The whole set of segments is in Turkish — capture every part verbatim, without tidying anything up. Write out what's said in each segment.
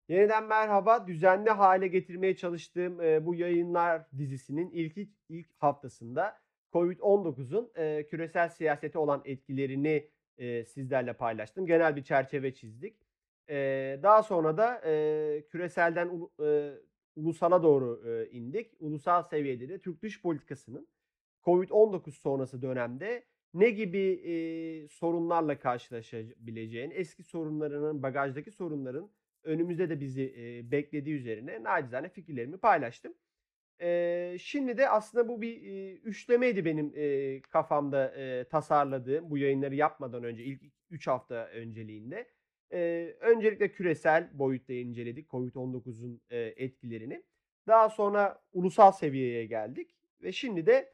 Yeniden merhaba. Düzenli hale getirmeye çalıştığım, eee, bu yayınlar dizisinin ilk ilk haftasında covid on dokuzun eee, küresel siyasete olan etkilerini, eee, sizlerle paylaştım. Genel bir çerçeve çizdik. Eee, daha sonra da, eee, küreselden ulu eee, ulusala doğru, eee, indik. Ulusal seviyede de Türk dış politikasının covid on dokuz sonrası dönemde ne gibi, eee, sorunlarla karşılaşabileceğini, eski sorunlarının, bagajdaki sorunların önümüzde de bizi, eee, beklediği üzerine nacizane fikirlerimi paylaştım. Eee, şimdi de aslında bu bir, iii, üçlemeydi benim, eee, kafamda, eee, tasarladığım bu yayınları yapmadan önce ilk üç hafta önceliğinde. Eee, öncelikle küresel boyutta inceledik covid on dokuzun, eee, etkilerini. Daha sonra ulusal seviyeye geldik ve şimdi de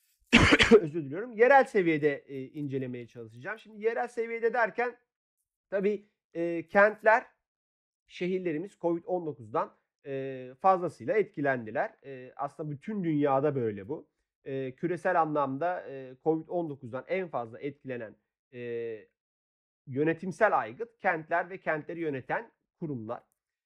özür diliyorum, yerel seviyede, eee, incelemeye çalışacağım. Şimdi yerel seviyede derken tabii, eee, kentler, şehirlerimiz covid on dokuzdan eee, fazlasıyla etkilendiler. Eee, aslında bütün dünyada böyle bu. Eee, küresel anlamda, eee, covid on dokuzdan en fazla etkilenen, eee, yönetimsel aygıt kentler ve kentleri yöneten kurumlar.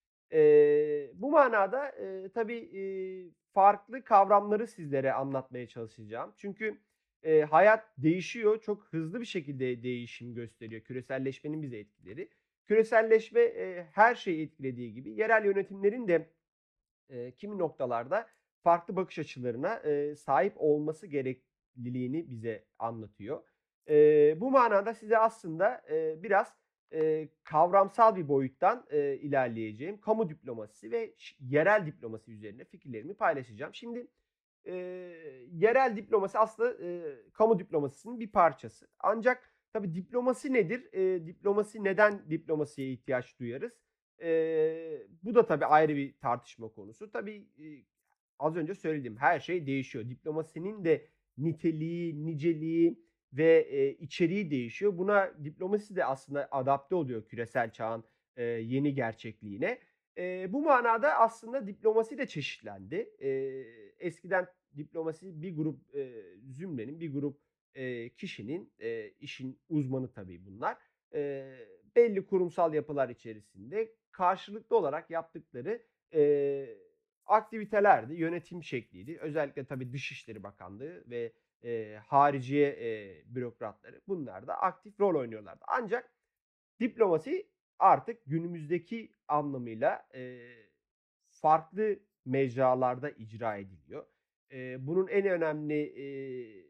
Eee, bu manada, eee, tabii, iii, farklı kavramları sizlere anlatmaya çalışacağım. Çünkü, eee, hayat değişiyor, çok hızlı bir şekilde değişim gösteriyor küreselleşmenin bize etkileri. Küreselleşme, eee, her şeyi etkilediği gibi yerel yönetimlerin de, eee, kimi noktalarda farklı bakış açılarına, eee, sahip olması gerekliliğini bize anlatıyor. Eee, bu manada size aslında, eee, biraz, eee, kavramsal bir boyuttan, eee, ilerleyeceğim. Kamu diplomasisi ve ş yerel diplomasi üzerine fikirlerimi paylaşacağım. Şimdi, eee, yerel diplomasi aslında, eee, kamu diplomasisinin bir parçası. Ancak tabii diplomasi nedir? Eee, diplomasi neden diplomasiye ihtiyaç duyarız? Eee, bu da tabii ayrı bir tartışma konusu. Tabii, iii, az önce söylediğim her şey değişiyor. Diplomasinin de niteliği, niceliği ve, eee, içeriği değişiyor. Buna diplomasi de aslında adapte oluyor küresel çağın, eee, yeni gerçekliğine. Eee, bu manada aslında diplomasi de çeşitlendi. Eee, eskiden diplomasi bir grup, eee, zümrenin, bir grup, eee, kişinin, eee, işin uzmanı tabii bunlar. Eee, belli kurumsal yapılar içerisinde karşılıklı olarak yaptıkları, eee, aktivitelerdi, yönetim şekliydi. Özellikle tabii Dışişleri Bakanlığı ve, eee, hariciye, eee, bürokratları bunlar da aktif rol oynuyorlardı. Ancak diplomasi artık günümüzdeki anlamıyla, eee, farklı mecralarda icra ediliyor. Eee, bunun en önemli, eee,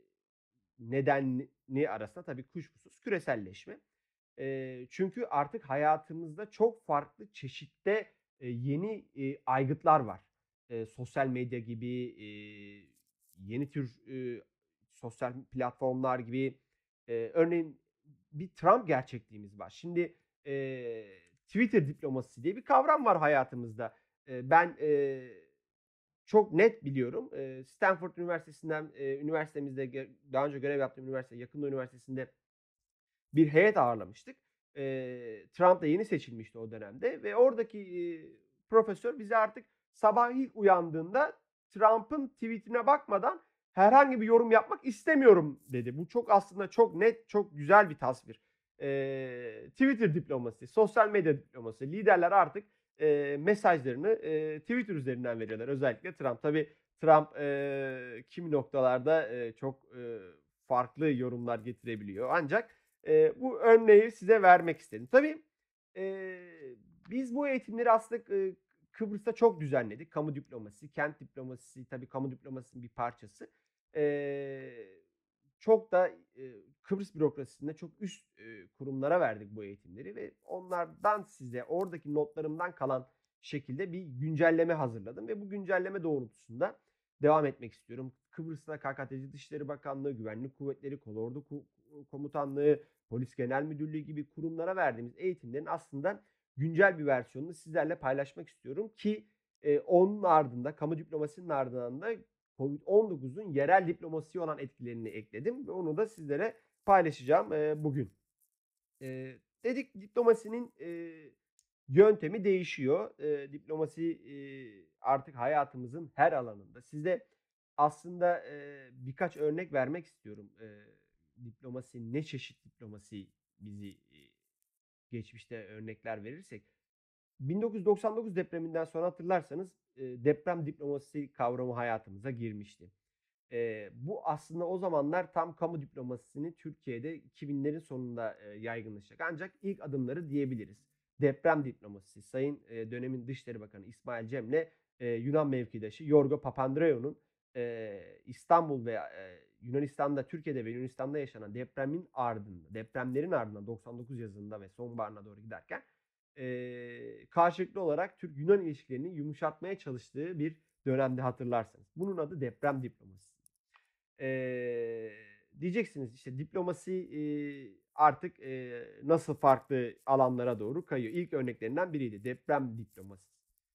nedeni arasında tabii kuşkusuz küreselleşme. Eee, çünkü artık hayatımızda çok farklı çeşitte, eee, yeni, eee, aygıtlar var. Eee, sosyal medya gibi, eee, yeni tür, eee, sosyal platformlar gibi. Eee, örneğin bir Trump gerçekliğimiz var. Şimdi, eee, Twitter diplomasisi diye bir kavram var hayatımızda. Eee, ben, eee, çok net biliyorum. Eee, Stanford Üniversitesi'nden, eee, üniversitemizde ge daha önce görev yaptığım üniversite, Yakında Üniversitesi'nde bir heyet ağırlamıştık. Eee, Trump da yeni seçilmişti o dönemde ve oradaki, eee, profesör bize artık sabah ilk uyandığında Trump'ın tweet'ine bakmadan herhangi bir yorum yapmak istemiyorum dedi. Bu çok aslında çok net, çok güzel bir tasvir. Eee, Twitter diplomasisi, sosyal medya diplomasisi. Liderler artık, eee, mesajlarını, eee, Twitter üzerinden veriyorlar. Özellikle Trump. Tabii Trump, eee, kimi noktalarda, eee, çok, eee, farklı yorumlar getirebiliyor. Ancak Eee, bu örneği size vermek istedim. Tabii, eee, biz bu eğitimleri aslında, ııı, Kıbrıs'ta çok düzenledik. Kamu diplomasisi, kent diplomasisi tabii kamu diplomasisinin bir parçası. Eee, çok da, eee, Kıbrıs bürokrasisinde çok üst, eee, kurumlara verdik bu eğitimleri ve onlardan size oradaki notlarımdan kalan şekilde bir güncelleme hazırladım ve bu güncelleme doğrultusunda devam etmek istiyorum. Kıbrıs'ta K K T C Dışişleri Bakanlığı, Güvenlik Kuvvetleri, Kolordu Ku Komutanlığı, Polis Genel Müdürlüğü gibi kurumlara verdiğimiz eğitimlerin aslında güncel bir versiyonunu sizlerle paylaşmak istiyorum ki, eee, onun ardında, kamu diplomasinin ardından da covid on dokuzun yerel diplomasiye olan etkilerini ekledim ve onu da sizlere paylaşacağım, eee, bugün. Eee, dedik diplomasinin, eee, yöntemi değişiyor. Eee, diplomasi, eee, artık hayatımızın her alanında. Size aslında, eee, birkaç örnek vermek istiyorum. Eee, diplomasi, ne çeşit diplomasi bizi, iii, geçmişte örnekler verirsek. bin dokuz yüz doksan dokuz depreminden sonra hatırlarsanız, eee, deprem diplomasisi kavramı hayatımıza girmişti. Eee, bu aslında o zamanlar tam kamu diplomasisini Türkiye'de iki binlerin sonunda, eee, yaygınlaşacak ancak ilk adımları diyebiliriz. Deprem diplomasisi, sayın, eee, dönemin Dışişleri Bakanı İsmail Cem'le, eee, Yunan mevkidaşı Yorgo Papandreou'nun, eee, İstanbul ve, eee, Yunanistan'da, Türkiye'de ve Yunanistan'da yaşanan depremin ardından, depremlerin ardından doksan dokuz yazında ve sonbaharına doğru giderken, eee, karşılıklı olarak Türk-Yunan ilişkilerini yumuşatmaya çalıştığı bir dönemde hatırlarsanız. Bunun adı deprem diplomasisi. Eee, diyeceksiniz işte diplomasi, eee, artık, eee, nasıl farklı alanlara doğru kayıyor. İlk örneklerinden biriydi deprem diplomasisi.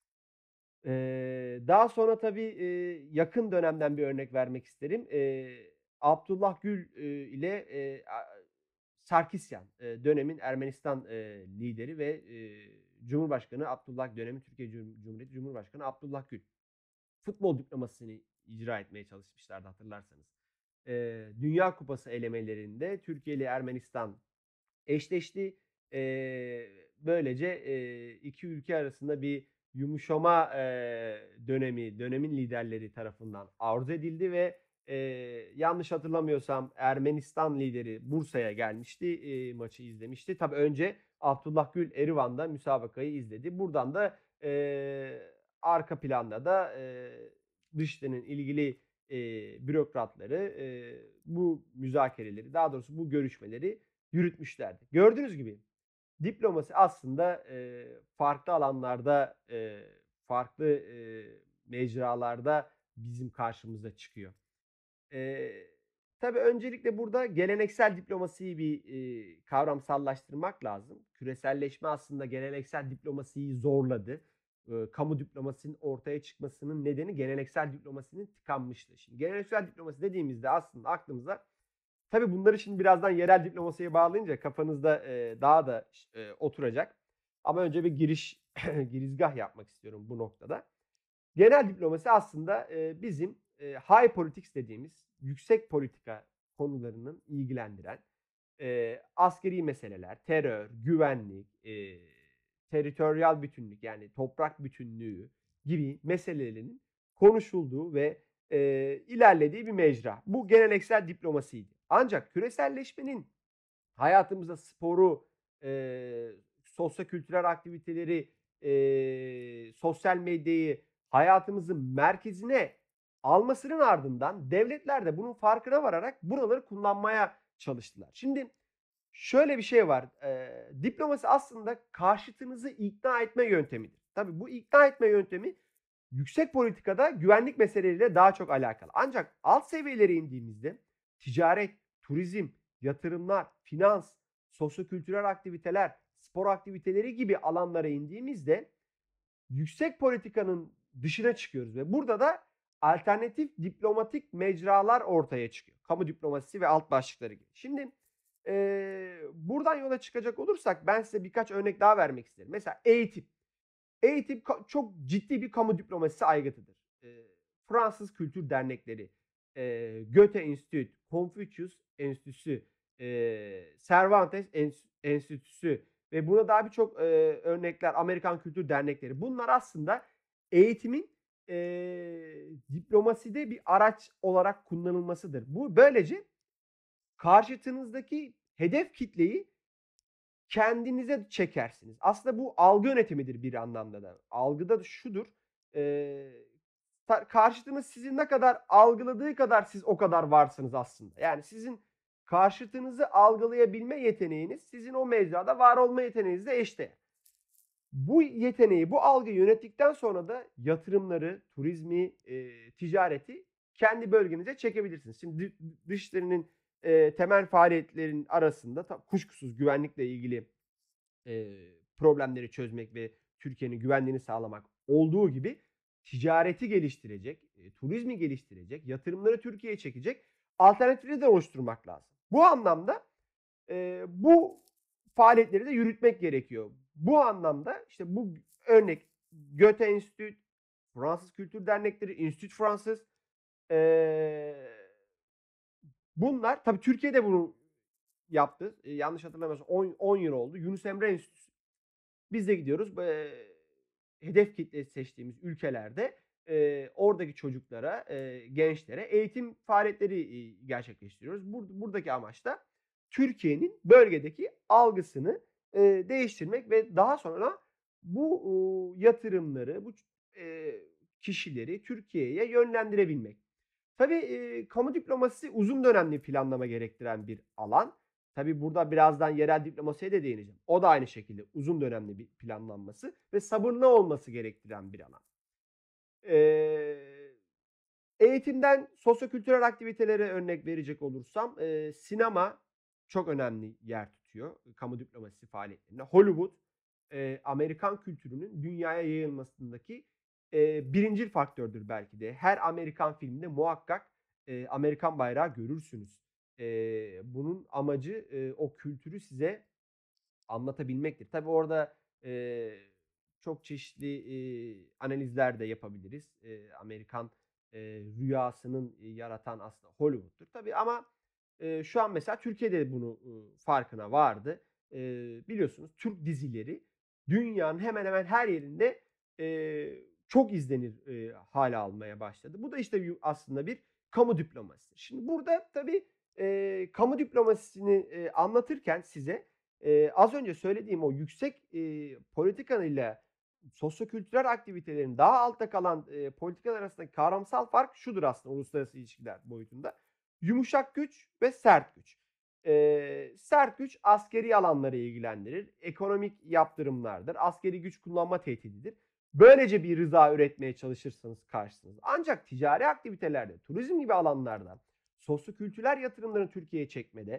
Eee, daha sonra tabii, eee, yakın dönemden bir örnek vermek isterim. Eee, Abdullah Gül, eee, ile, eee, a Sarkisyan, eee, dönemin Ermenistan, eee, lideri ve, eee, Cumhurbaşkanı Abdullah dönemin Türkiye Cum Cumhuriyeti Cumhurbaşkanı Abdullah Gül. Futbol diplomasisini icra etmeye çalışmışlardı hatırlarsanız. Eee, Dünya Kupası elemelerinde Türkiye ile Ermenistan eşleşti. Eee, böylece, eee, iki ülke arasında bir yumuşama, eee, dönemi, dönemin liderleri tarafından arzu edildi ve, eee, yanlış hatırlamıyorsam Ermenistan lideri Bursa'ya gelmişti, eee, maçı izlemişti. Tabii önce Abdullah Gül Erivan'da müsabakayı izledi. Buradan da, eee, arka planda da, eee, Dışişleri'nin ilgili, eee, bürokratları, eee, bu müzakereleri, daha doğrusu bu görüşmeleri yürütmüşlerdi. Gördüğünüz gibi diplomasi aslında, eee, farklı alanlarda, eee, farklı, eee, mecralarda bizim karşımıza çıkıyor. Eee, tabii öncelikle burada geleneksel diplomasiyi bir, eee, kavramsallaştırmak lazım. Küreselleşme aslında geleneksel diplomasiyi zorladı. Iıı, kamu diplomasinin ortaya çıkmasının nedeni geleneksel diplomasinin tıkanmışlığı. Şimdi geleneksel diplomasi dediğimizde aslında aklımıza tabii bunları şimdi birazdan yerel diplomasiye bağlayınca kafanızda, eee, daha da ş eee, oturacak. Ama önce bir giriş girizgah yapmak istiyorum bu noktada. Genel diplomasi aslında, eee, bizim, eee, high politics dediğimiz yüksek politika konularının ilgilendiren, eee, askeri meseleler, terör, güvenlik, eee, territorial bütünlük yani toprak bütünlüğü gibi meselelerin konuşulduğu ve, eee, ilerlediği bir mecra. Bu geleneksel diplomasiydi. Ancak küreselleşmenin hayatımıza sporu, eee, sosyo-kültürel aktiviteleri, eee, sosyal medyayı hayatımızın merkezine almasının ardından devletler de bunun farkına vararak buraları kullanmaya çalıştılar. Şimdi şöyle bir şey var, eee, diplomasi aslında karşıtınızı ikna etme yöntemidir. Tabii bu ikna etme yöntemi yüksek politikada güvenlik meseleleriyle daha çok alakalı. Ancak alt seviyelere indiğimizde ticaret, turizm, yatırımlar, finans, sosyokültürel aktiviteler, spor aktiviteleri gibi alanlara indiğimizde yüksek politikanın dışına çıkıyoruz ve burada da alternatif diplomatik mecralar ortaya çıkıyor. Kamu diplomasisi ve alt başlıkları gibi. Şimdi, eee, buradan yola çıkacak olursak ben size birkaç örnek daha vermek isterim. Mesela eğitim. Eğitim ka çok ciddi bir kamu diplomasisi aygıtıdır. Eee, Fransız Kültür Dernekleri, eee, Goethe Enstitüsü, Confucius Enstitüsü, eee, Cervantes Ens Enstitüsü ve buna daha birçok, eee, örnekler, Amerikan Kültür Dernekleri. Bunlar aslında eğitimin, eee, diplomaside bir araç olarak kullanılmasıdır. Bu böylece karşıtınızdaki hedef kitleyi kendinize çekersiniz. Aslında bu algı yönetimidir bir anlamda da. Algıda da şudur, eee, ta karşıtınız sizi ne kadar algıladığı kadar siz o kadar varsınız aslında. Yani sizin karşıtınızı algılayabilme yeteneğiniz sizin o mecrada var olma yeteneğinizle eşdeğer. Bu yeteneği, bu algıyı yönettikten sonra da yatırımları, turizmi, eee, ticareti kendi bölgenize çekebilirsiniz. Şimdi dı Dışişleri'nin, eee, temel faaliyetlerin arasında ta kuşkusuz güvenlikle ilgili, eee, problemleri çözmek ve Türkiye'nin güvenliğini sağlamak olduğu gibi ticareti geliştirecek, eee, turizmi geliştirecek, yatırımları Türkiye'ye çekecek alternatifleri de oluşturmak lazım. Bu anlamda, eee, bu faaliyetleri de yürütmek gerekiyor. Bu anlamda işte bu örnek Goethe Enstitüsü, Fransız Kültür Dernekleri, Institut Français, eee, bunlar tabii Türkiye de bunu yaptı. Eee, yanlış hatırlamıyorsam on on yıl oldu. Yunus Emre Enstitüsü. Biz de gidiyoruz. Eee hedef kitle seçtiğimiz ülkelerde eee, oradaki çocuklara, eee, gençlere eğitim faaliyetleri, iii, gerçekleştiriyoruz. Bur buradaki amaç da Türkiye'nin bölgedeki algısını, eee, değiştirmek ve daha sonra bu, uuu, yatırımları, bu ç eee, kişileri Türkiye'ye yönlendirebilmek. Tabii, eee, kamu diplomasisi uzun dönemli planlama gerektiren bir alan. Tabii burada birazdan yerel diplomasiye de değineceğim. O da aynı şekilde uzun dönemli bir planlanması ve sabırlı olması gerektiren bir alan. Eee, eğitimden sosyokültürel aktivitelere örnek verecek olursam, eee, sinema çok önemli yer tutuyor kamu diplomasisi faaliyetlerinde. Hollywood, eee, Amerikan kültürünün dünyaya yayılmasındaki, eee, birincil faktördür belki de. Her Amerikan filminde muhakkak, eee, Amerikan bayrağı görürsünüz. Eee, bunun amacı, eee, o kültürü size anlatabilmektir. Tabii orada, eee, çok çeşitli, eee, analizler de yapabiliriz. Eee, Amerikan, eee, rüyasının, eee, yaratan aslında Hollywood'dur. Tabii ama, eee, şu an mesela Türkiye de bunu, ııı, farkına vardı. Eee, biliyorsunuz Türk dizileri dünyanın hemen hemen her yerinde, eee, çok izlenir, eee, hâl almaya başladı. Bu da işte yu aslında bir kamu diplomasisi. Şimdi burada tabii, eee, kamu diplomasisini, eee, anlatırken size, eee, az önce söylediğim o yüksek, eee, politikanıyla sosyokültürel aktivitelerin daha altta kalan, eee, politikalar arasındaki kavramsal fark şudur aslında uluslararası ilişkiler boyutunda. Yumuşak güç ve sert güç. Eee, sert güç askeri alanları ilgilendirir, ekonomik yaptırımlardır, askeri güç kullanma tehdididir. Böylece bir rıza üretmeye çalışırsınız karşısınızda. Ancak ticari aktivitelerde, turizm gibi alanlarda sosyokültürel yatırımları Türkiye'ye çekmede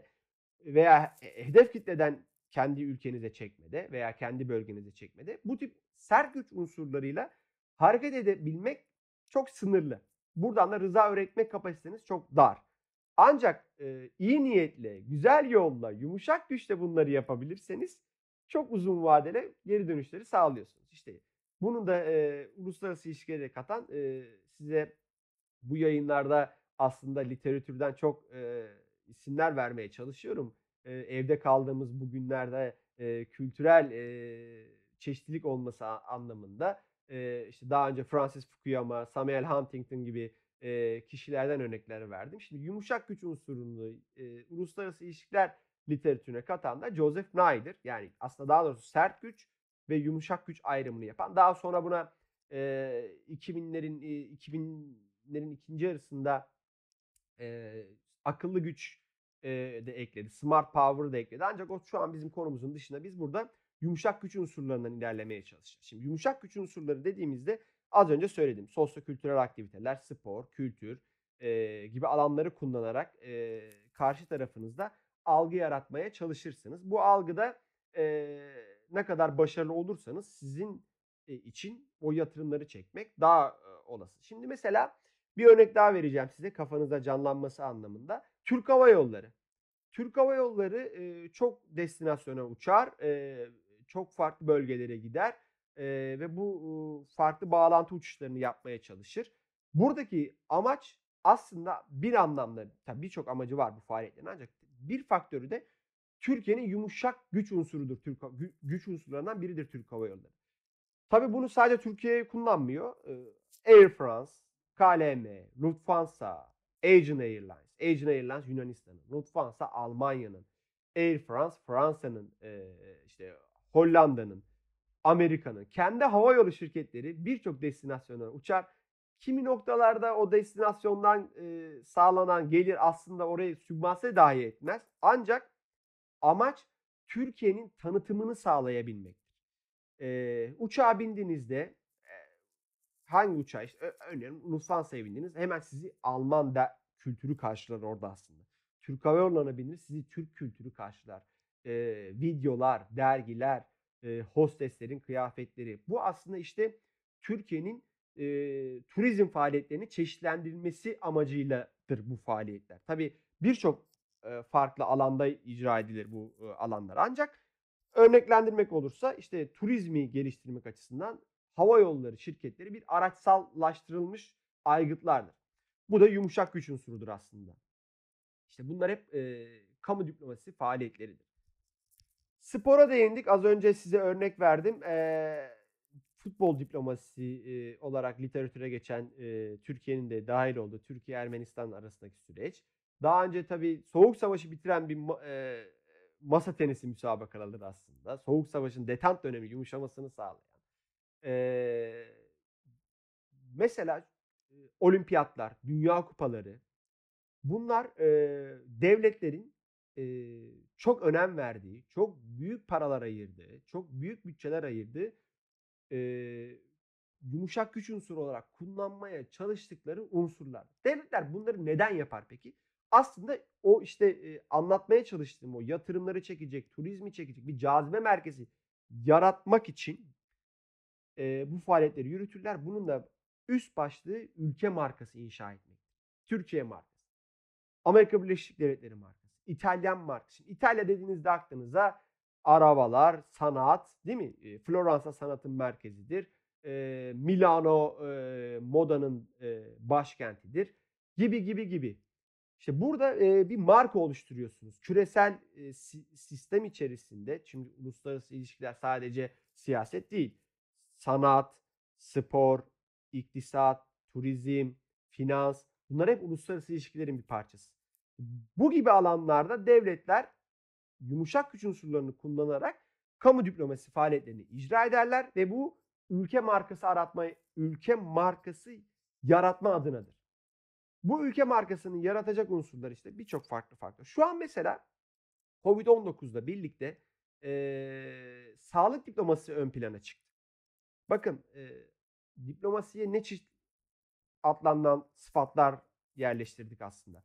veya he hedef kitleden kendi ülkenize çekmede veya kendi bölgenize çekmede bu tip sert güç unsurlarıyla hareket edebilmek çok sınırlı. Buradan da rıza üretme kapasiteniz çok dar. Ancak, eee, iyi niyetle, güzel yolla, yumuşak güçle bunları yapabilirseniz çok uzun vadede geri dönüşleri sağlıyorsunuz. İşte bunu da, eee, uluslararası ilişkilere katan, eee, size bu yayınlarda aslında literatürden çok, eee, isimler vermeye çalışıyorum. Eee, evde kaldığımız bu günlerde, eee, kültürel, eee, çeşitlilik olması a anlamında, eee, işte daha önce Francis Fukuyama, Samuel Huntington gibi, eee, kişilerden örnekler verdim. Şimdi yumuşak güç unsurunu, eee, uluslararası ilişkiler literatürüne katan da Joseph Nye'dir. Yani aslında daha doğrusu sert güç ve yumuşak güç ayrımını yapan. Daha sonra buna, eee, iki binlerin, eee, iki binlerin ikinci yarısında, eee, akıllı güç, eee, de ekledi. Smart power'ı da ekledi. Ancak o şu an bizim konumuzun dışında. Biz burada yumuşak güç unsurlarından ilerlemeye çalışacağız. Şimdi yumuşak güç unsurları dediğimizde az önce söyledim. Sosyokültürel aktiviteler, spor, kültür, eee, gibi alanları kullanarak, eee, karşı tarafınızda algı yaratmaya çalışırsınız. Bu algıda, eee, ne kadar başarılı olursanız sizin, eee, için o yatırımları çekmek daha, ııı, olası. Şimdi mesela bir örnek daha vereceğim size kafanızda canlanması anlamında. Türk Hava Yolları. Türk Hava Yolları, eee, çok destinasyona uçar, eee, çok farklı bölgelere gider, eee, ve bu, uuu, farklı bağlantı uçuşlarını yapmaya çalışır. Buradaki amaç aslında bir anlamda, tabii birçok amacı var bu faaliyetlerin ancak bir faktörü de Türkiye'nin yumuşak güç unsurudur. Türk ha gü güç unsurlarından biridir Türk Hava Yolları. Tabii bunu sadece Türkiye kullanmıyor. Iıı, Air France, K L M, Lufthansa, Asian Airlines, Asian Airlines Yunanistan'ın, Lufthansa Almanya'nın, Air France Fransa'nın, eee, işte Hollanda'nın, Amerika'nın kendi havayolu şirketleri birçok destinasyona uçar. Kimi noktalarda o destinasyondan, eee, sağlanan gelir aslında orayı sübvanse dahi etmez. Ancak amaç Türkiye'nin tanıtımını sağlayabilmektir. Eee, uçağa bindiğinizde, eee, hangi uçağa işte ö örneğin Lufthansa'ya bindiniz, hemen sizi Alman de kültürü karşılar orada aslında. Türk Hava Yolları'na bindiniz, sizi Türk kültürü karşılar. Eee, videolar, dergiler, eee, hosteslerin kıyafetleri. Bu aslında işte Türkiye'nin, eee, turizm faaliyetlerini çeşitlendirilmesi amacıyladır bu faaliyetler. Tabii birçok, eee, farklı alanda icra edilir bu, ııı, alanlar. Ancak örneklendirmek olursa işte turizmi geliştirmek açısından havayolları şirketleri bir araçsallaştırılmış aygıtlardır. Bu da yumuşak güç unsurudur aslında. İşte bunlar hep, eee, kamu diplomasisi faaliyetleridir. Spora değindik. Az önce size örnek verdim. Eee, futbol diplomasisi e, olarak literatüre geçen e, Türkiye'nin de dahil olduğu Türkiye-Ermenistan arasındaki süreç. Daha önce tabii Soğuk Savaş'ı bitiren bir ma- e, masa tenisi müsabakaları aslında. Soğuk Savaş'ın detant dönemi yumuşamasını sağlayan. E, Mesela e, olimpiyatlar, dünya kupaları bunlar e, devletlerin e, çok önem verdiği, çok büyük paralar ayırdığı, çok büyük bütçeler ayırdığı e, yumuşak güç unsuru olarak kullanmaya çalıştıkları unsurlar. Devletler bunları neden yapar peki? Aslında o işte e, anlatmaya çalıştığım o yatırımları çekecek, turizmi çekecek bir cazibe merkezi yaratmak için e, bu faaliyetleri yürütürler. Bunun da üst başlığı ülke markası inşa etmek. Türkiye markası. Amerika Birleşik Devletleri markası. İtalyan markası. Şimdi İtalya dediğinizde aklınıza arabalar, sanat, değil mi? E, Floransa sanatın merkezidir. E, Milano e, modanın e, başkentidir. Gibi gibi gibi. İşte burada e, bir marka oluşturuyorsunuz. Küresel e, si- sistem içerisinde, şimdi uluslararası ilişkiler sadece siyaset değil. Sanat, spor, iktisat, turizm, finans, bunlar hep uluslararası ilişkilerin bir parçası. Bu gibi alanlarda devletler yumuşak güç unsurlarını kullanarak kamu diplomasi faaliyetlerini icra ederler ve bu ülke markası aratma, ülke markası yaratma adınadır. Bu ülke markasını yaratacak unsurlar işte birçok farklı farklı. Şu an mesela covid on dokuzla birlikte e, sağlık diplomasisi ön plana çıktı. Bakın e, diplomasiye ne çeşit adlanan sıfatlar yerleştirdik aslında.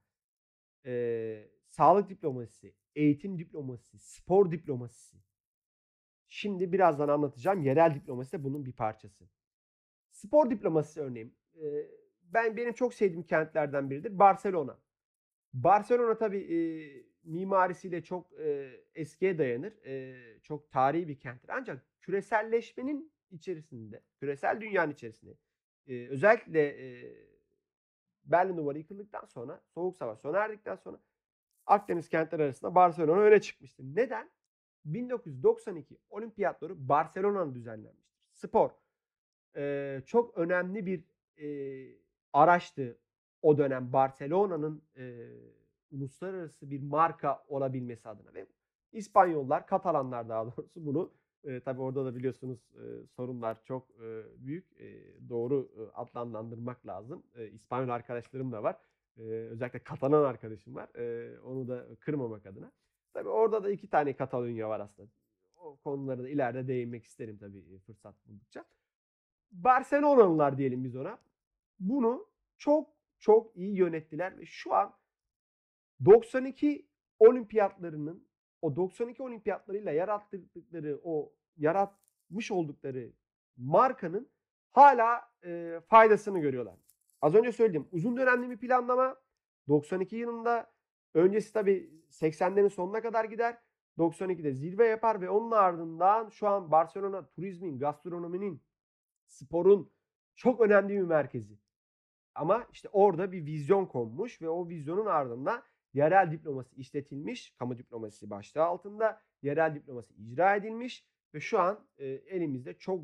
E, sağlık diplomasisi, eğitim diplomasisi, spor diplomasisi. Şimdi birazdan anlatacağım. Yerel diplomasi de bunun bir parçası. Spor diplomasisi örneğin. E, ben benim çok sevdiğim kentlerden biridir. Barcelona. Barcelona tabii e, mimarisiyle çok e, eskiye dayanır. E, çok tarihi bir kenttir. Ancak küreselleşmenin içerisinde, küresel dünyanın içerisinde e, özellikle e, Berlin Duvarı yıkıldıktan sonra, Soğuk Savaş sona erdikten sonra Akdeniz kentleri arasında Barcelona öne çıkmıştır. Neden? bin dokuz yüz doksan iki olimpiyatları Barcelona'nın düzenlenmiştir. Spor e, çok önemli bir e, araçtı o dönem Barcelona'nın e, uluslararası bir marka olabilmesi adına ve İspanyollar, Katalanlar daha doğrusu bunu e, tabii orada da biliyorsunuz e, sorunlar çok e, büyük. E, doğru e, adlandırmak lazım. E, İspanyol arkadaşlarım da var. E, özellikle Katalan arkadaşım var. E, onu da kırmamak adına. Tabii orada da iki tane Katalunya var aslında. O konulara da ileride değinmek isterim tabii fırsat buldukça. Barcelonalılar diyelim biz ona. Bunu çok çok iyi yönettiler ve şu an doksan iki olimpiyatlarının o doksan iki olimpiyatlarıyla yarattıkları o yaratmış oldukları markanın hala e, faydasını görüyorlar. Az önce söyledim. Uzun dönemli bir planlama doksan iki yılında öncesi tabii seksenlerin sonuna kadar gider. doksan ikide zirve yapar ve onun ardından şu an Barcelona turizmin, gastronominin, sporun çok önemli bir merkezi. Ama işte orada bir vizyon konmuş ve o vizyonun ardında yerel diplomasi işletilmiş, kamu diplomasisi başlığı altında yerel diplomasi icra edilmiş ve şu an e, elimizde çok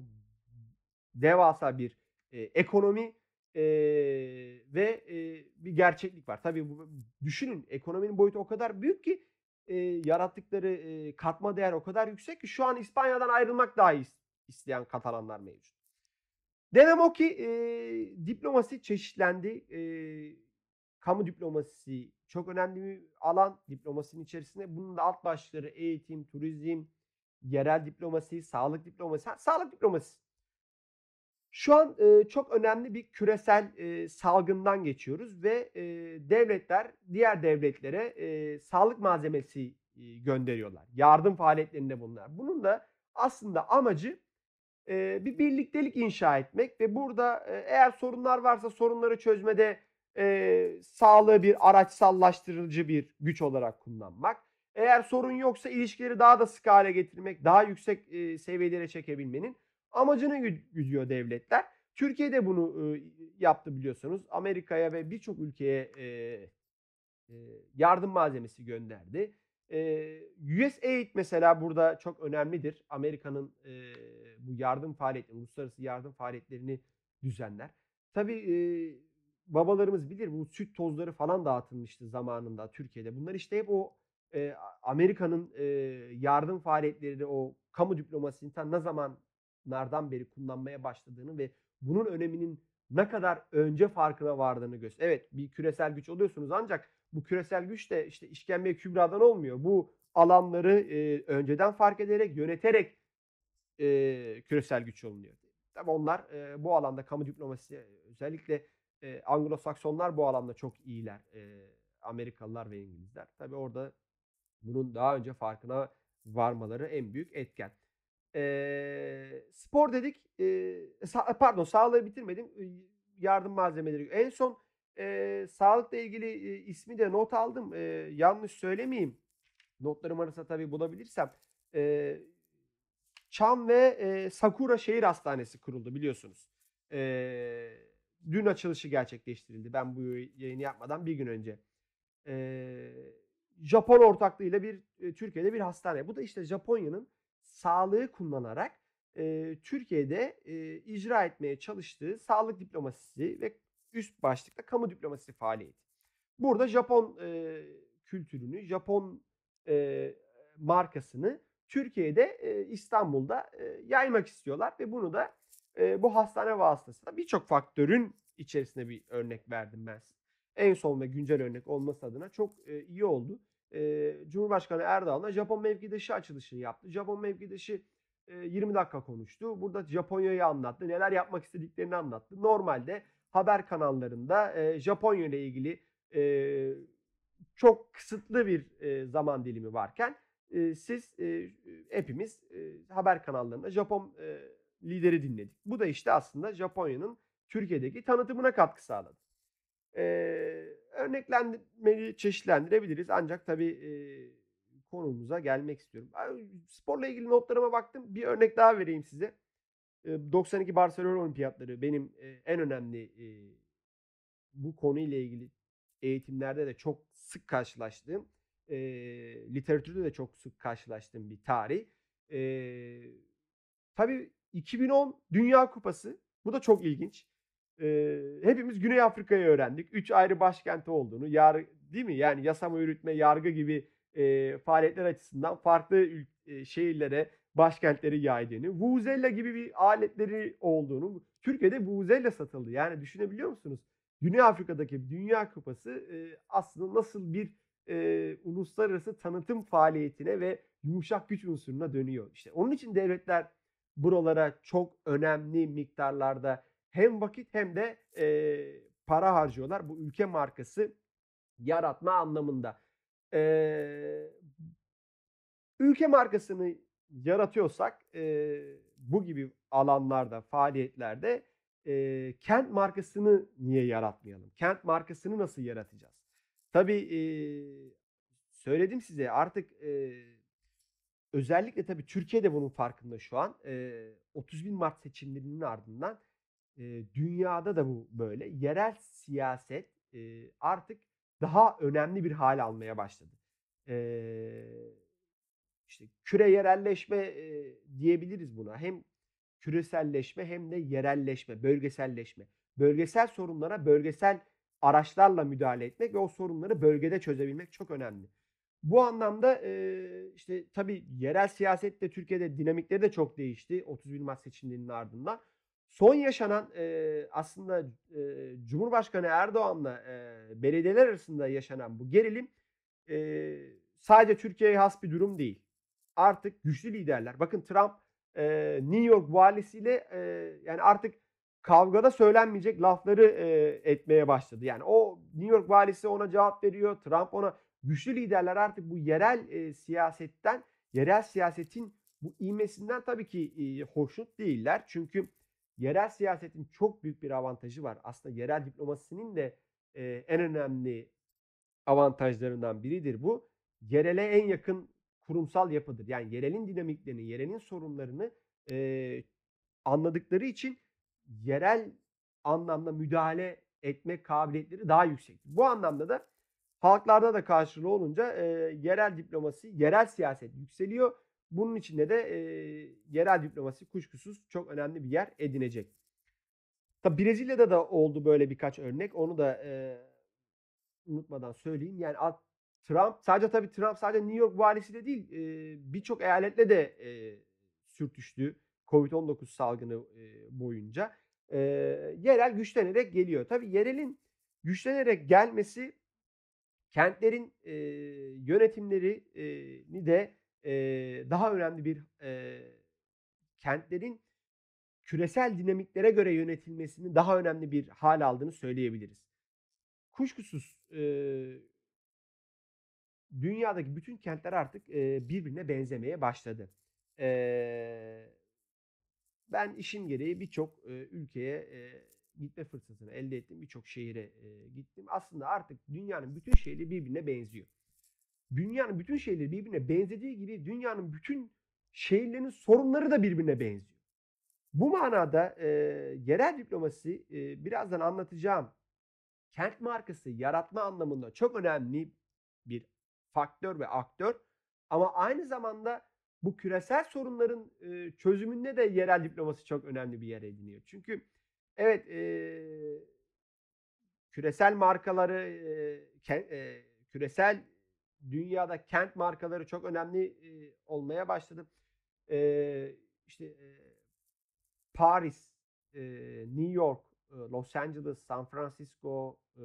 devasa bir e, ekonomi e, ve e, bir gerçeklik var. Tabii bu, düşünün ekonominin boyutu o kadar büyük ki e, yarattıkları e, katma değer o kadar yüksek ki şu an İspanya'dan ayrılmak dahi isteyen Katalanlar mevcut. Demem o ki e, diplomasi çeşitlendi. E, kamu diplomasisi çok önemli bir alan diplomasinin içerisinde. Bunun da alt başlıkları eğitim, turizm, yerel diplomasi, sağlık diplomasi. Ha, sağlık diplomasi. Şu an e, çok önemli bir küresel e, salgından geçiyoruz ve e, devletler diğer devletlere e, sağlık malzemesi e, gönderiyorlar. Yardım faaliyetlerinde bunlar. Bunun da aslında amacı e, bir birliktelik inşa etmek ve burada e, eğer sorunlar varsa sorunları çözmede e, sağlığı bir araçsallaştırıcı bir güç olarak kullanmak. Eğer sorun yoksa ilişkileri daha da sık hale getirmek, daha yüksek e, seviyelere çekebilmenin amacını güdüyor devletler. Türkiye de bunu e, yaptı biliyorsunuz. Amerika'ya ve birçok ülkeye e, e, yardım malzemesi gönderdi. Eee, USAID mesela burada çok önemlidir. Amerika'nın, eee, bu yardım faaliyetlerini, uluslararası yardım faaliyetlerini düzenler. Tabii, eee, babalarımız bilir, bu süt tozları falan dağıtılmıştı zamanında Türkiye'de. Bunlar işte hep o, eee, A Amerika'nın, eee, yardım faaliyetlerini, o kamu diplomasisini ta ne zamanlardan beri kullanmaya başladığını ve bunun öneminin ne kadar önce farkına vardığını göster Evet, bir küresel güç oluyorsunuz ancak bu küresel güç de işte işkembe kübradan olmuyor. Bu alanları, eee, önceden fark ederek, yöneterek, eee, küresel güç olunuyor. Tabii onlar, eee, bu alanda kamu diplomasisi özellikle, eee, Anglo-Saksonlar bu alanda çok iyiler. Eee, Amerikalılar ve İngilizler. Tabii orada bunun daha önce farkına varmaları en büyük etken. Eee, spor dedik. Eee, sa pardon, sağlığı bitirmedim. İii, yardım malzemeleri. En son, eee, sağlıkla ilgili, eee, ismi de not aldım. Eee, yanlış söylemeyeyim. Notlarım arasında tabii bulabilirsem. Eee, Çam ve, eee, Sakura Şehir Hastanesi kuruldu biliyorsunuz. Eee, dün açılışı gerçekleştirildi. Ben bu yayını yapmadan bir gün önce. Eee, Japon ortaklığıyla bir, eee, Türkiye'de bir hastane. Bu da işte Japonya'nın sağlığı kullanarak, eee, Türkiye'de, eee, icra etmeye çalıştığı sağlık diplomasisi ve üst başlıkta kamu diplomasisi faaliyeti. Burada Japon, eee, kültürünü, Japon, eee, markasını Türkiye'de, eee, İstanbul'da, eee, yaymak istiyorlar ve bunu da, eee, bu hastane vasıtasıyla birçok faktörün içerisinde bir örnek verdim ben size. En son ve güncel örnek olması adına çok, eee, iyi oldu. Eee, Cumhurbaşkanı Erdoğan'la Japon mevkidaşı açılışını yaptı. Japon mevkidaşı, eee, yirmi dakika konuştu. Burada Japonya'yı anlattı, neler yapmak istediklerini anlattı. Normalde haber kanallarında, eee, Japonya ile ilgili, eee, çok kısıtlı bir, eee, zaman dilimi varken, eee, siz, eee, hepimiz, eee, haber kanallarında Japon, eee, lideri dinledik. Bu da işte aslında Japonya'nın Türkiye'deki tanıtımına katkı sağladı. Eee, örneklendirmeyi çeşitlendirebiliriz ancak tabii, eee, konumuza gelmek istiyorum. Ben sporla ilgili notlarıma baktım. Bir örnek daha vereyim size. Eee, doksan iki Barcelona Olimpiyatları benim, eee, en önemli, eee, bu konuyla ilgili eğitimlerde de çok sık karşılaştığım, eee, literatürde de çok sık karşılaştığım bir tarih. Eee, tabii iki bin on Dünya Kupası. Bu da çok ilginç. Eee, hepimiz Güney Afrika'yı öğrendik. üç ayrı başkenti olduğunu, yar değil mi? Yani yasama, yürütme, yargı gibi, eee, faaliyetler açısından farklı ül eee, şehirlere, başkentleri yaydığını, vuvuzela gibi bir aletleri olduğunu, Türkiye'de vuvuzela satıldı. Yani düşünebiliyor musunuz? Güney Afrika'daki Dünya Kupası, eee, aslında nasıl bir, eee, uluslararası tanıtım faaliyetine ve yumuşak güç unsuruna dönüyor. İşte onun için devletler buralara çok önemli miktarlarda hem vakit hem de, eee, para harcıyorlar bu ülke markası yaratma anlamında. Eee, ülke markasını yaratıyorsak, eee, bu gibi alanlarda, faaliyetlerde, eee, kent markasını niye yaratmayalım? Kent markasını nasıl yaratacağız? Tabii, eee, söyledim size artık, eee, özellikle tabii Türkiye de bunun farkında şu an. Eee, otuz bir Mart seçimlerinin ardından, eee, dünyada da bu böyle. Yerel siyaset, eee, artık daha önemli bir hâl almaya başladı. Eee, işte küre yerelleşme, eee, diyebiliriz buna. Hem küreselleşme hem de yerelleşme, bölgeselleşme. Bölgesel sorunlara bölgesel araçlarla müdahale etmek ve o sorunları bölgede çözebilmek çok önemli. Bu anlamda, eee, işte, tabii yerel siyaset de Türkiye'de dinamikleri de çok değişti otuz bir Mart seçimlerinin ardından. Son yaşanan, eee, aslında, eee, Cumhurbaşkanı Erdoğan'la, eee, belediyeler arasında yaşanan bu gerilim, eee, sadece Türkiye'ye has bir durum değil. Artık güçlü liderler, bakın Trump, eee, New York valisiyle, eee, yani artık kavgada söylenmeyecek lafları, eee, etmeye başladı. Yani o New York valisi ona cevap veriyor, Trump ona güçlü liderler artık bu yerel, eee, siyasetten, yerel siyasetin bu ivmesinden tabii ki, iii, hoşnut değiller. Çünkü yerel siyasetin çok büyük bir avantajı var. Aslında yerel diplomasinin de, eee, en önemli avantajlarından biridir bu. Yerele en yakın kurumsal yapıdır. Yani yerelin dinamiklerini, yerelin sorunlarını, eee, anladıkları için yerel anlamda müdahale etme kabiliyetleri daha yüksek. Bu anlamda da Halklarda da karşılığı olunca e, yerel diplomasi, yerel siyaset yükseliyor. Bunun içinde de e, yerel diplomasi kuşkusuz çok önemli bir yer edinecek. Tabii Brezilya'da da oldu böyle birkaç örnek. Onu da e, unutmadan söyleyeyim. Yani Trump sadece tabii Trump sadece New York valisi de değil, e, birçok eyaletle de e, sürtüştü Covid on dokuz salgını e, boyunca. E, Yerel güçlenerek geliyor. Tabii yerelin güçlenerek gelmesi kentlerin e, yönetimlerini de e, daha önemli bir e, kentlerin küresel dinamiklere göre yönetilmesinin daha önemli bir hal aldığını söyleyebiliriz. Kuşkusuz e, dünyadaki bütün kentler artık e, birbirine benzemeye başladı. E, Ben işim gereği birçok e, ülkeye e, gitme fırsatını elde ettim. Birçok şehire e, gittim. Aslında artık dünyanın bütün şehirleri birbirine benziyor. Dünyanın bütün şehirleri birbirine benzediği gibi dünyanın bütün şehirlerinin sorunları da birbirine benziyor. Bu manada e, yerel diplomasi e, birazdan anlatacağım kent markası yaratma anlamında çok önemli bir faktör ve aktör. Ama aynı zamanda bu küresel sorunların e, çözümünde de yerel diplomasi çok önemli bir yer ediniyor. Çünkü evet e, küresel markaları, e, ke, e, küresel dünyada kent markaları çok önemli e, olmaya başladı. E, işte e, Paris, e, New York, e, Los Angeles, San Francisco, e,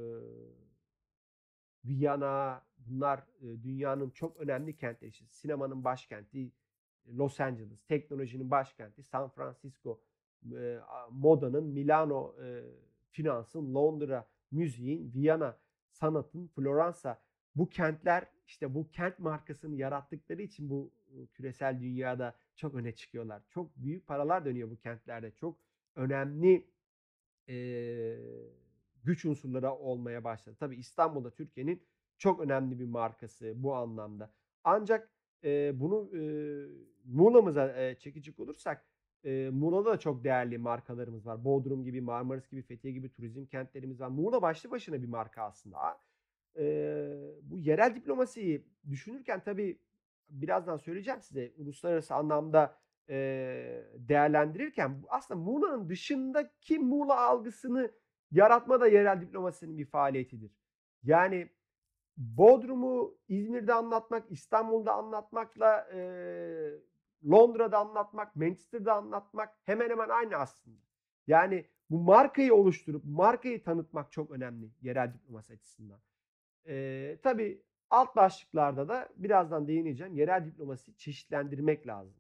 Viyana, bunlar e, dünyanın çok önemli kentleri. İşte sinemanın başkenti Los Angeles, teknolojinin başkenti San Francisco, e, modanın Milano, e, finansın Londra, müziğin Viyana, sanatın Floransa. Bu kentler işte bu kent markasını yarattıkları için bu e, küresel dünyada çok öne çıkıyorlar. Çok büyük paralar dönüyor bu kentlerde. Çok önemli e, güç unsurları olmaya başladı. Tabii İstanbul'da Türkiye'nin çok önemli bir markası bu anlamda. Ancak e, bunu e, Muğla'mıza e, çekecek olursak e, Muğla'da da çok değerli markalarımız var. Bodrum gibi, Marmaris gibi, Fethiye gibi turizm kentlerimiz var. Muğla başlı başına bir marka aslında. E, Bu yerel diplomasiyi düşünürken tabii birazdan söyleyeceğim size uluslararası anlamda e, değerlendirirken aslında Muğla'nın dışındaki Muğla algısını yaratma da yerel diplomasinin bir faaliyetidir. Yani Bodrum'u İzmir'de anlatmak, İstanbul'da anlatmakla e, Londra'da anlatmak, Manchester'da anlatmak hemen hemen aynı aslında. Yani bu markayı oluşturup markayı tanıtmak çok önemli yerel diplomasi açısından. E, tabii alt başlıklarda da birazdan değineceğim. Yerel diplomasi çeşitlendirmek lazım.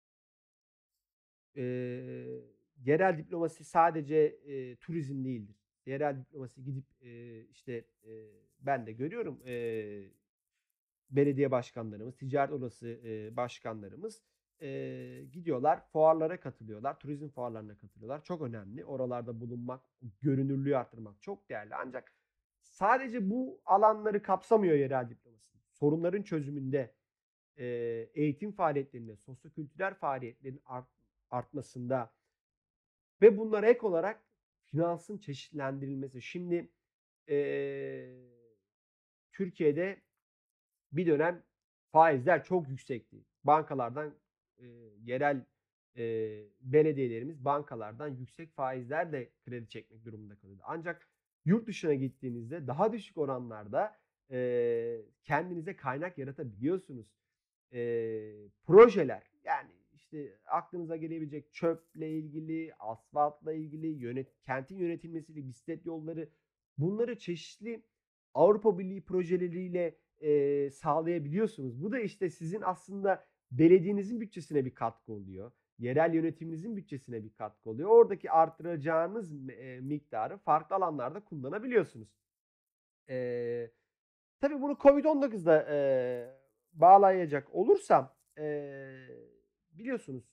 E, Yerel diplomasi sadece e, turizm değildir. Yerel diplomasi gidip e, işte e, ben de görüyorum e, belediye başkanlarımız, ticaret odası e, başkanlarımız e, gidiyorlar, fuarlara katılıyorlar, turizm fuarlarına katılıyorlar. Çok önemli. Oralarda bulunmak, görünürlüğü arttırmak çok değerli. Ancak sadece bu alanları kapsamıyor yerel diplomasi. Sorunların çözümünde, e, eğitim faaliyetlerinde, sosyokültürel faaliyetlerin art, artmasında ve bunlara ek olarak finansın çeşitlendirilmesi. Şimdi e, Türkiye'de bir dönem faizler çok yüksekti. Bankalardan e, yerel e, belediyelerimiz bankalardan yüksek faizlerle kredi çekmek durumunda kalıyordu. Ancak yurt dışına gittiğinizde daha düşük oranlarda e, kendinize kaynak yaratabiliyorsunuz. E, Projeler yani işte aklınıza gelebilecek çöple ilgili, asfaltla ilgili, yönet, kentin yönetilmesiyle bisiklet yolları bunları çeşitli Avrupa Birliği projeleriyle e, sağlayabiliyorsunuz. Bu da işte sizin aslında belediyenizin bütçesine bir katkı oluyor. Yerel yönetiminizin bütçesine bir katkı oluyor. Oradaki artıracağınız e, miktarı farklı alanlarda kullanabiliyorsunuz. E, tabii bunu Covid on dokuzda e, bağlayacak olursam e, biliyorsunuz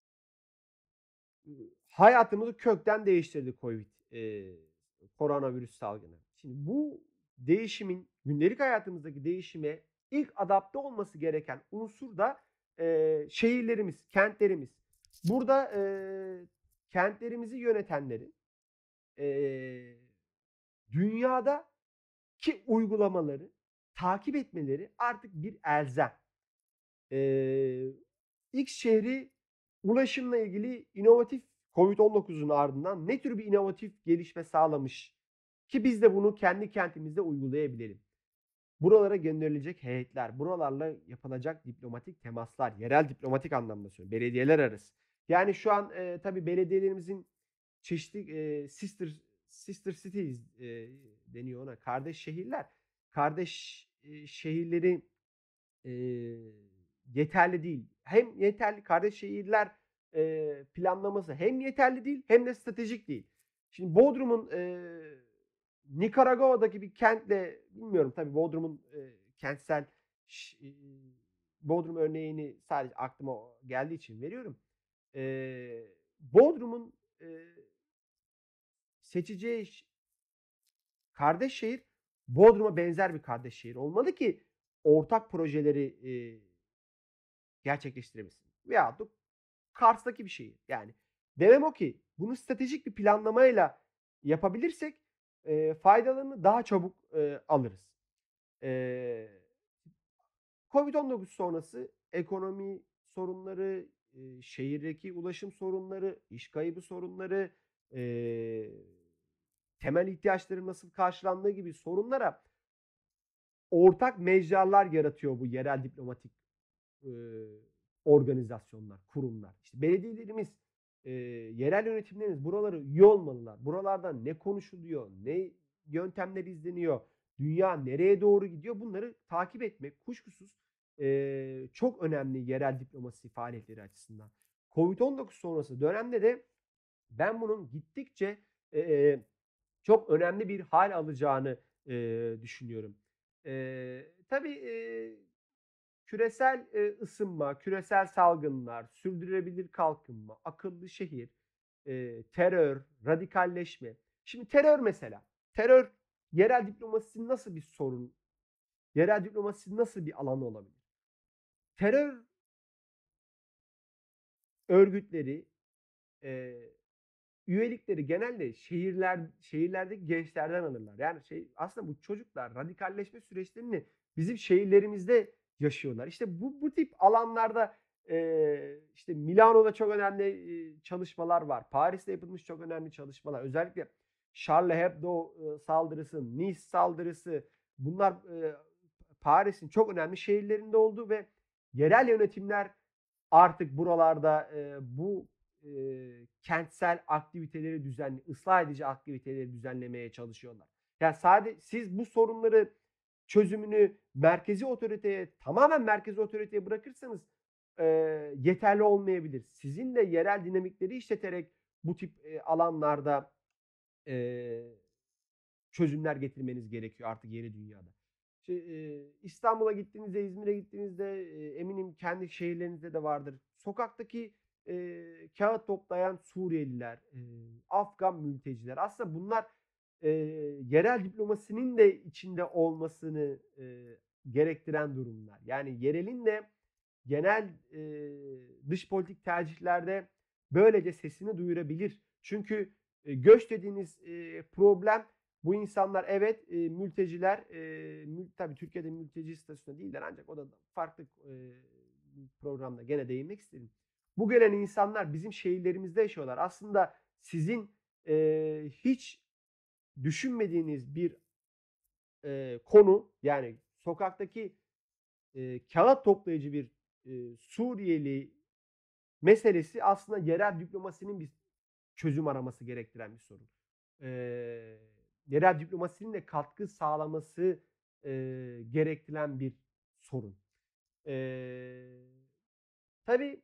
hayatımızı kökten değiştirdi Covid e, koronavirüs salgını. Şimdi bu değişimin gündelik hayatımızdaki değişime ilk adapte olması gereken unsur da e, şehirlerimiz, kentlerimiz. Burada e, kentlerimizi yönetenlerin e, dünyadaki uygulamaları takip etmeleri artık bir elzem. Eee, X şehri ulaşımla ilgili inovatif Covid on dokuzun ardından ne tür bir inovatif gelişme sağlamış ki biz de bunu kendi kentimizde uygulayabilelim? Buralara gönderilecek heyetler, buralarla yapılacak diplomatik temaslar, yerel diplomatik anlamda söylüyorum, belediyeler arası. Yani şu an e, tabii belediyelerimizin çeşitli e, sister sister cities e, deniyor ona, kardeş şehirler. Kardeş e, şehirleri e, yeterli değil. Hem yeterli kardeş şehirler e, planlaması hem yeterli değil hem de stratejik değil. Şimdi Bodrum'un e, Nikaragua'daki bir kentle bilmiyorum tabii Bodrum'un e, kentsel ş- e, Bodrum örneğini sadece aklıma geldiği için veriyorum. E, Bodrum'un e, seçeceği ş- kardeş şehir Bodrum'a benzer bir kardeş şehir olmalı ki ortak projeleri e, gerçekleştirebilsin. Veyahut da Kars'taki bir şehir. Yani demem o ki bunu stratejik bir planlamayla yapabilirsek e, faydalarını daha çabuk e, alırız. E, Covid on dokuz sonrası ekonomi sorunları, e, şehirdeki ulaşım sorunları, iş kaybı sorunları, e, temel ihtiyaçların nasıl karşılandığı gibi sorunlara ortak mecralar yaratıyor bu yerel diplomatik e, organizasyonlar, kurumlar. İşte belediyelerimiz, e, yerel yönetimlerimiz buraları üye olmalılar. Buralarda ne konuşuluyor, ne yöntemler izleniyor, dünya nereye doğru gidiyor bunları takip etmek kuşkusuz e, çok önemli yerel diplomasi faaliyetleri açısından. Covid on dokuz sonrası dönemde de ben bunun gittikçe e, çok önemli bir hal alacağını e, düşünüyorum. E, tabii e, küresel e, ısınma, küresel salgınlar, sürdürülebilir kalkınma, akıllı şehir, e, terör, radikalleşme. Şimdi terör mesela. Terör yerel diplomasinin nasıl bir sorun, yerel diplomasinin nasıl bir alanı olabilir? Terör örgütleri e, üyelikleri genelde şehirler şehirlerdeki gençlerden alırlar. Yani şey aslında bu çocuklar radikalleşme süreçlerini bizim şehirlerimizde yaşıyorlar. İşte bu bu tip alanlarda e, işte Milano'da çok önemli e, çalışmalar var. Paris'te yapılmış çok önemli çalışmalar. Özellikle Charlie Hebdo e, saldırısı, Nice saldırısı bunlar e, Paris'in çok önemli şehirlerinde oldu ve yerel yönetimler artık buralarda e, bu e, kentsel aktiviteleri düzenli, ıslah edici aktiviteleri düzenlemeye çalışıyorlar. Yani sadece siz bu sorunları çözümünü merkezi otoriteye, tamamen merkezi otoriteye bırakırsanız e, yeterli olmayabilir. Sizin de yerel dinamikleri işleterek bu tip e, alanlarda e, çözümler getirmeniz gerekiyor artık yeni dünyada. İşte, e, İstanbul'a gittiğinizde, İzmir'e gittiğinizde e, eminim kendi şehirlerinizde de vardır. Sokaktaki e, kağıt toplayan Suriyeliler, e, Afgan mülteciler. Aslında bunlar e, yerel diplomasinin de içinde olmasını e, gerektiren durumlar. Yani yerelin de genel e, dış politik tercihlerde böylece sesini duyurabilir. Çünkü e, göç dediğiniz e, problem bu insanlar evet e, mülteciler e, mül, tabii Türkiye'de mülteci statüsünde değiller ancak o da farklı e, programda gene değinmek istedim. Bu gelen insanlar bizim şehirlerimizde yaşıyorlar. Aslında sizin e, hiç düşünmediğiniz bir e, konu yani sokaktaki e, kağıt toplayıcı bir e, Suriyeli meselesi aslında yerel diplomasinin bir çözüm araması gerektiren bir sorun. E, Yerel diplomasinin de katkı sağlaması e, gerektiren bir sorun. E, tabii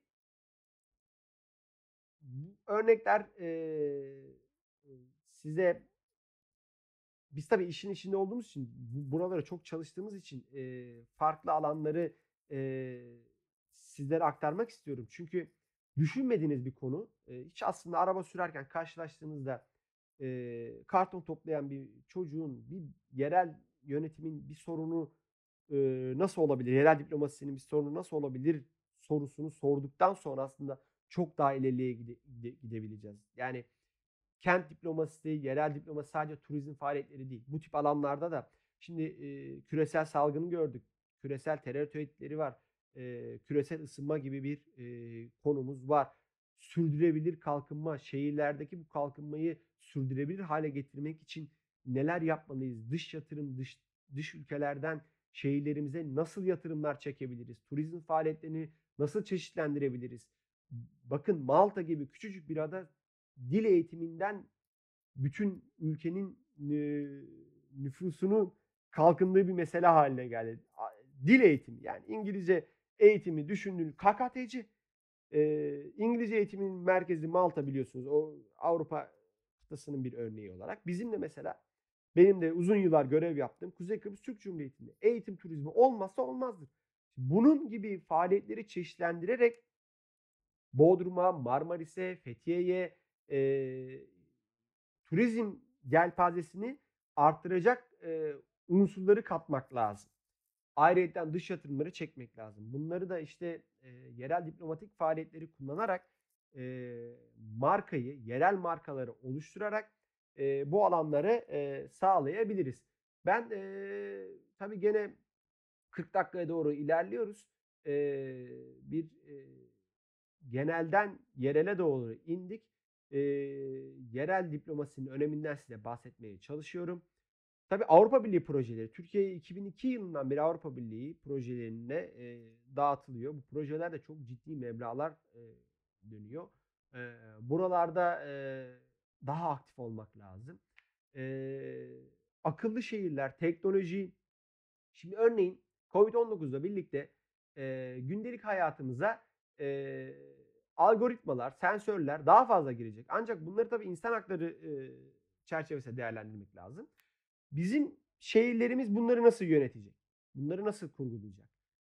bu örnekler e, size biz tabii işin içinde olduğumuz için buralara çok çalıştığımız için e, farklı alanları e, sizlere aktarmak istiyorum. Çünkü düşünmediğiniz bir konu. E, hiç aslında araba sürerken karşılaştığınızda e, karton toplayan bir çocuğun bir yerel yönetimin bir sorunu e, nasıl olabilir? Yerel diplomasinin bir sorunu nasıl olabilir sorusunu sorduktan sonra aslında çok daha ileriye gide, gide, gidebileceğiz. Yani kent diplomasisi, yerel diplomasi sadece turizm faaliyetleri değil. Bu tip alanlarda da Şimdi e, küresel salgını gördük. Küresel terör tehditleri var. E, küresel ısınma gibi bir e, konumuz var. Sürdürülebilir kalkınma, şehirlerdeki bu kalkınmayı sürdürülebilir hale getirmek için neler yapmalıyız? Dış yatırım, dış dış ülkelerden şehirlerimize nasıl yatırımlar çekebiliriz? Turizm faaliyetlerini nasıl çeşitlendirebiliriz? Bakın Malta gibi küçücük bir ada dil eğitiminden bütün ülkenin e, nüfusunun kalkındığı bir mesele haline geldi. Dil eğitimi yani İngilizce eğitimi düşündüğün K K T C e, İngilizce eğitiminin merkezi Malta biliyorsunuz. O Avrupa kıtasının bir örneği olarak. Bizim de mesela benim de uzun yıllar görev yaptığım Kuzey Kıbrıs Türk Cumhuriyeti'nde eğitim turizmi olmazsa olmazdır. Bunun gibi faaliyetleri çeşitlendirerek Bodrum'a, Marmaris'e, Fethiye'ye e, turizm yelpazesini arttıracak e, unsurları katmak lazım. Ayrıyeten dış yatırımları çekmek lazım. Bunları da işte e, yerel diplomatik faaliyetleri kullanarak e, markayı, yerel markaları oluşturarak e, bu alanları e, sağlayabiliriz. Ben e, tabii gene kırk dakikaya doğru ilerliyoruz. E, bir e, genelden yerele doğru indik. E, yerel diplomasinin öneminden size bahsetmeye çalışıyorum. Tabii Avrupa Birliği projeleri. Türkiye iki bin iki yılından beri Avrupa Birliği projelerine e, dağıtılıyor. Bu projeler de çok ciddi meblağlar e, dönüyor. E, buralarda e, daha aktif olmak lazım. E, akıllı şehirler, teknoloji. Şimdi örneğin Covid on dokuzla birlikte e, gündelik hayatımıza e, algoritmalar, sensörler daha fazla girecek. Ancak bunları tabii insan hakları e, çerçevesinde değerlendirmek lazım. Bizim şehirlerimiz bunları nasıl yönetecek? Bunları nasıl kurgulayacak?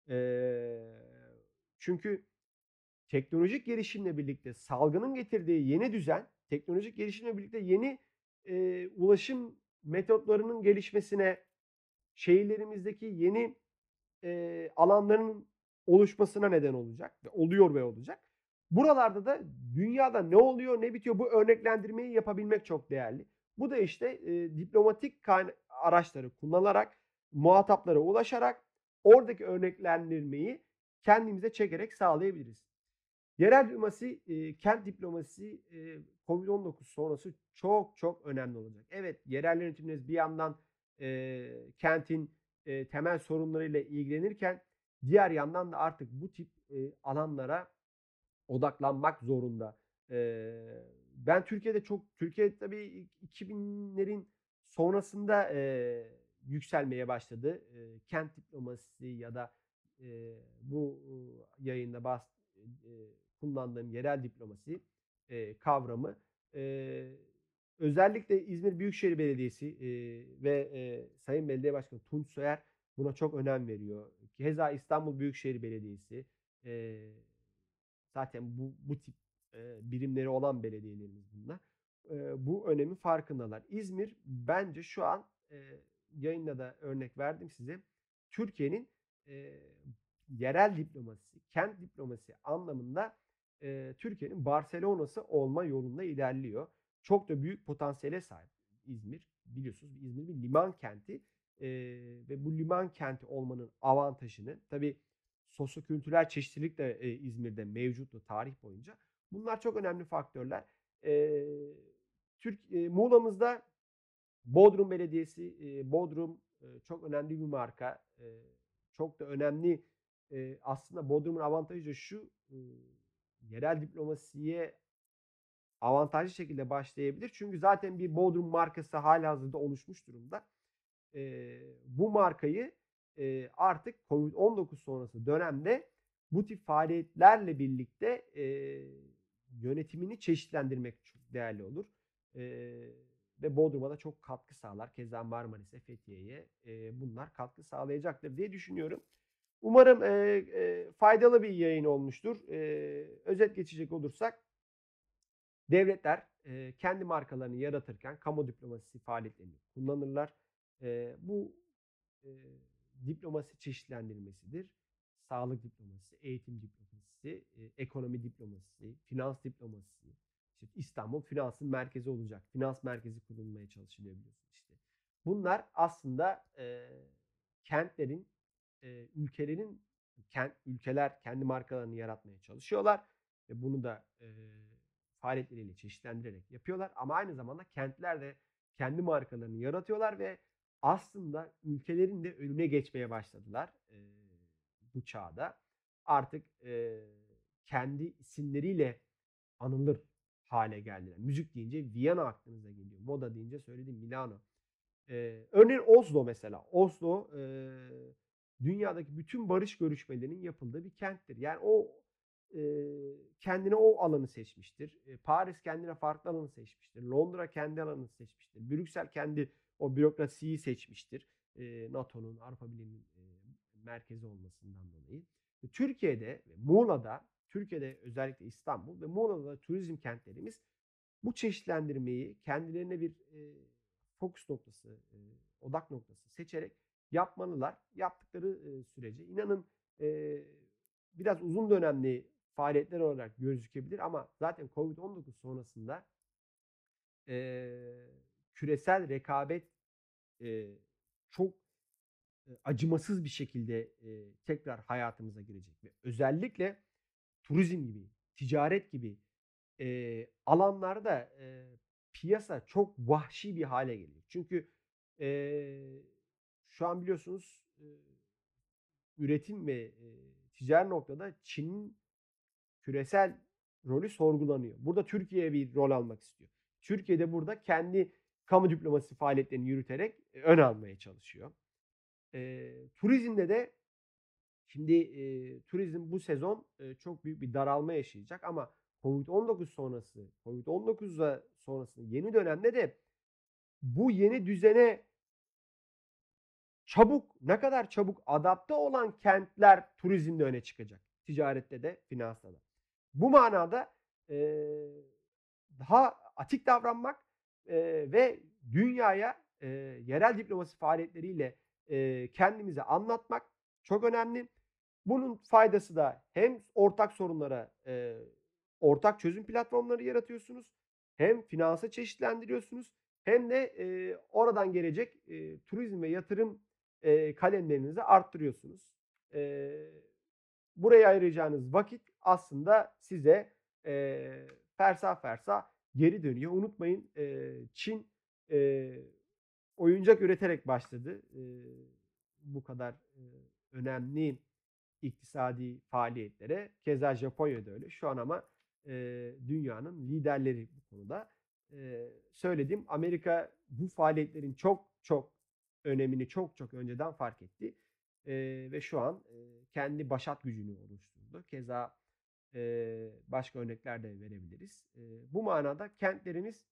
Ee, çünkü teknolojik gelişimle birlikte salgının getirdiği yeni düzen, teknolojik gelişimle birlikte yeni e, ulaşım metotlarının gelişmesine, şehirlerimizdeki yeni e, alanların oluşmasına neden olacak ve oluyor ve olacak. Buralarda da dünyada ne oluyor, ne bitiyor bu örneklendirmeyi yapabilmek çok değerli. Bu da işte e, diplomatik araçları kullanarak, muhataplara ulaşarak oradaki örneklendirmeyi kendimize çekerek sağlayabiliriz. Yerel diplomasi, e, kent diplomasi e, Covid on dokuz sonrası çok çok önemli olacak. Evet, yerel yönetimlerimiz bir yandan e, kentin e, temel sorunlarıyla ilgilenirken diğer yandan da artık bu tip e, alanlara odaklanmak zorunda. E, ben Türkiye'de çok, Türkiye tabii iki binlerin sonrasında e, yükselmeye başladı. E, kent diplomasi ya da e, bu e, yayında bahs e, kullandığım yerel diplomasi e, kavramı e, özellikle İzmir Büyükşehir Belediyesi e, ve e, Sayın Belediye Başkanı Tunç Soyer buna çok önem veriyor. Keza İstanbul Büyükşehir Belediyesi e, zaten bu bu tip e, birimleri olan belediyelerimiz bunlar. E, bu önemin farkındalar. İzmir bence şu an e, yayında da örnek verdim size. Türkiye'nin e, yerel diplomasi, kent diplomasi anlamında e, Türkiye'nin Barcelona'sı olma yolunda ilerliyor. Çok da büyük potansiyele sahip İzmir. Biliyorsunuz İzmir bir liman kenti e, ve bu liman kenti olmanın avantajını tabii sosyokültürel çeşitlilik de e, İzmir'de mevcuttu tarih boyunca. Bunlar çok önemli faktörler. E, Türk e, Muğla'mızda Bodrum Belediyesi, e, Bodrum e, çok önemli bir marka. E, çok da önemli. E, aslında Bodrum'un avantajı da şu, e, yerel diplomasiye avantajlı şekilde başlayabilir. Çünkü zaten bir Bodrum markası halihazırda oluşmuş durumda. E, bu markayı e, artık Covid on dokuz sonrası dönemde bu tip faaliyetlerle birlikte e, yönetimini çeşitlendirmek çok değerli olur. E, ve Bodrum'a da çok katkı sağlar. Keza Marmaris'e, Fethiye'ye e, bunlar katkı sağlayacaktır diye düşünüyorum. Umarım e, e, faydalı bir yayın olmuştur. E, özet geçecek olursak devletler e, kendi markalarını yaratırken kamu diplomasisi faaliyetlerini kullanırlar. E, bu e, diplomasi çeşitlendirmesidir. Sağlık diplomasisi, eğitim diplomasisi, e, ekonomi diplomasisi, finans diplomasisi. İşte İstanbul finansın merkezi olacak. Finans merkezi kurulmaya çalışılıyor biliyorsunuz işte. Bunlar aslında, eee, kentlerin, eee, ülkelerin kent ülkeler kendi markalarını yaratmaya çalışıyorlar ve bunu da, eee, faaliyetleriyle çeşitlendirerek yapıyorlar ama aynı zamanda kentler de kendi markalarını yaratıyorlar ve aslında ülkelerin de önüne geçmeye başladılar, eee, bu çağda. Artık, eee, kendi isimleriyle anılır hale geldiler. Müzik deyince Viyana aklınıza geliyor. Moda deyince söyledim Milano. Eee, örneğin Oslo mesela. Oslo, eee, dünyadaki bütün barış görüşmelerinin yapıldığı bir kenttir. Yani o, eee, kendine o alanı seçmiştir. Eee, Paris kendine farklı alanı seçmiştir. Londra kendi alanını seçmiştir. Brüksel kendi o bürokrasiyi seçmiştir. Eee, NATO'nun, Avrupa Birliği'nin, eee, merkezi olmasından dolayı. Ve Türkiye'de ve Muğla'da, Türkiye'de özellikle İstanbul ve Muğla'da turizm kentlerimiz bu çeşitlendirmeyi kendilerine bir, eee, fokus noktası, eee, odak noktası seçerek yapmalılar. Yaptıkları, eee, sürece inanın, eee, biraz uzun dönemli faaliyetler olarak gözükebilir ama zaten covid on dokuz sonrasında, eee, küresel rekabet, eee, çok, eee, acımasız bir şekilde, eee, tekrar hayatımıza girecek ve özellikle turizm gibi, ticaret gibi, eee, alanlarda, eee, piyasa çok vahşi bir hale geliyor. Çünkü, eee, şu an biliyorsunuz, eee, üretim ve, eee, ticari noktada Çin'in küresel rolü sorgulanıyor. Burada Türkiye bir rol almak istiyor. Türkiye de burada kendi kamu diplomasisi faaliyetlerini yürüterek, eee, ön almaya çalışıyor. Eee, turizmde de şimdi, eee, turizm bu sezon, eee, çok büyük bir daralma yaşayacak ama covid on dokuz sonrası, covid on dokuzda sonrasında yeni dönemde de bu yeni düzene çabuk, ne kadar çabuk adapte olan kentler turizmde öne çıkacak. Ticarette de, finansta da. Bu manada, eee, daha atik davranmak, eee, ve dünyaya, eee, yerel diplomasi faaliyetleriyle, eee, kendimizi anlatmak çok önemli. Bunun faydası da hem ortak sorunlara, eee, ortak çözüm platformları yaratıyorsunuz, hem finansı çeşitlendiriyorsunuz hem de, eee, oradan gelecek, eee, turizm ve yatırım, eee, kalemlerinizi arttırıyorsunuz. Eee, buraya ayıracağınız vakit aslında size, eee, fersah fersah geri dönüyor. Unutmayın, eee, Çin, eee, oyuncak üreterek başladı. Eee, bu kadar, eee, önemli iktisadi faaliyetlere. Keza Japonya'da öyle. Şu an ama, eee, dünyanın liderleri bu konuda. Eee, söyledim, Amerika bu faaliyetlerin çok çok önemini çok çok önceden fark etti. Eee, ve şu an, eee, kendi başat gücünü oluşturdu. Keza, eee, başka örnekler de verebiliriz. Eee, bu manada kentlerimiz,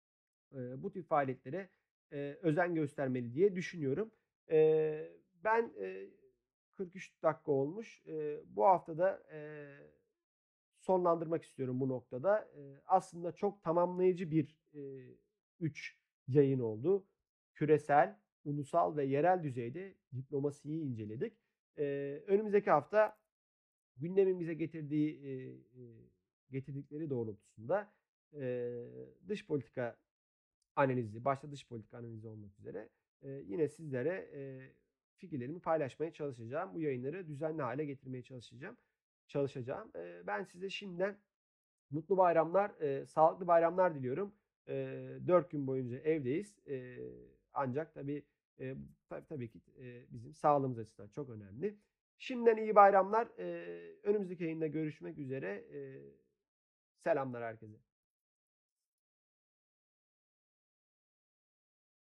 eee, bu tip faaliyetlere, eee, özen göstermeli diye düşünüyorum. Eee, ben, eee, kırk üç dakika olmuş. Eee, bu hafta da, eee, sonlandırmak istiyorum bu noktada. Eee, aslında çok tamamlayıcı bir, eee, üç yayın oldu. Küresel, ulusal ve yerel düzeyde diplomasiyi inceledik. Eee, önümüzdeki hafta gündemin bize getirdiği, eee, eee, getirdikleri doğrultusunda, eee, dış politika analizi, başta dış politika analizi olmak üzere, eee, yine sizlere, eee, fikirlerimi paylaşmaya çalışacağım. Bu yayınları düzenli hale getirmeye çalışacağım çalışacağım. Eee, ben size şimdiden mutlu bayramlar, eee, sağlıklı bayramlar diliyorum. Eee, dört gün boyunca evdeyiz. Eee, ancak tabii, eee, tabii tabii ki, eee, bizim sağlığımız açısından çok önemli. Şimdiden iyi bayramlar. Eee, önümüzdeki yayında görüşmek üzere. Eee, selamlar herkese.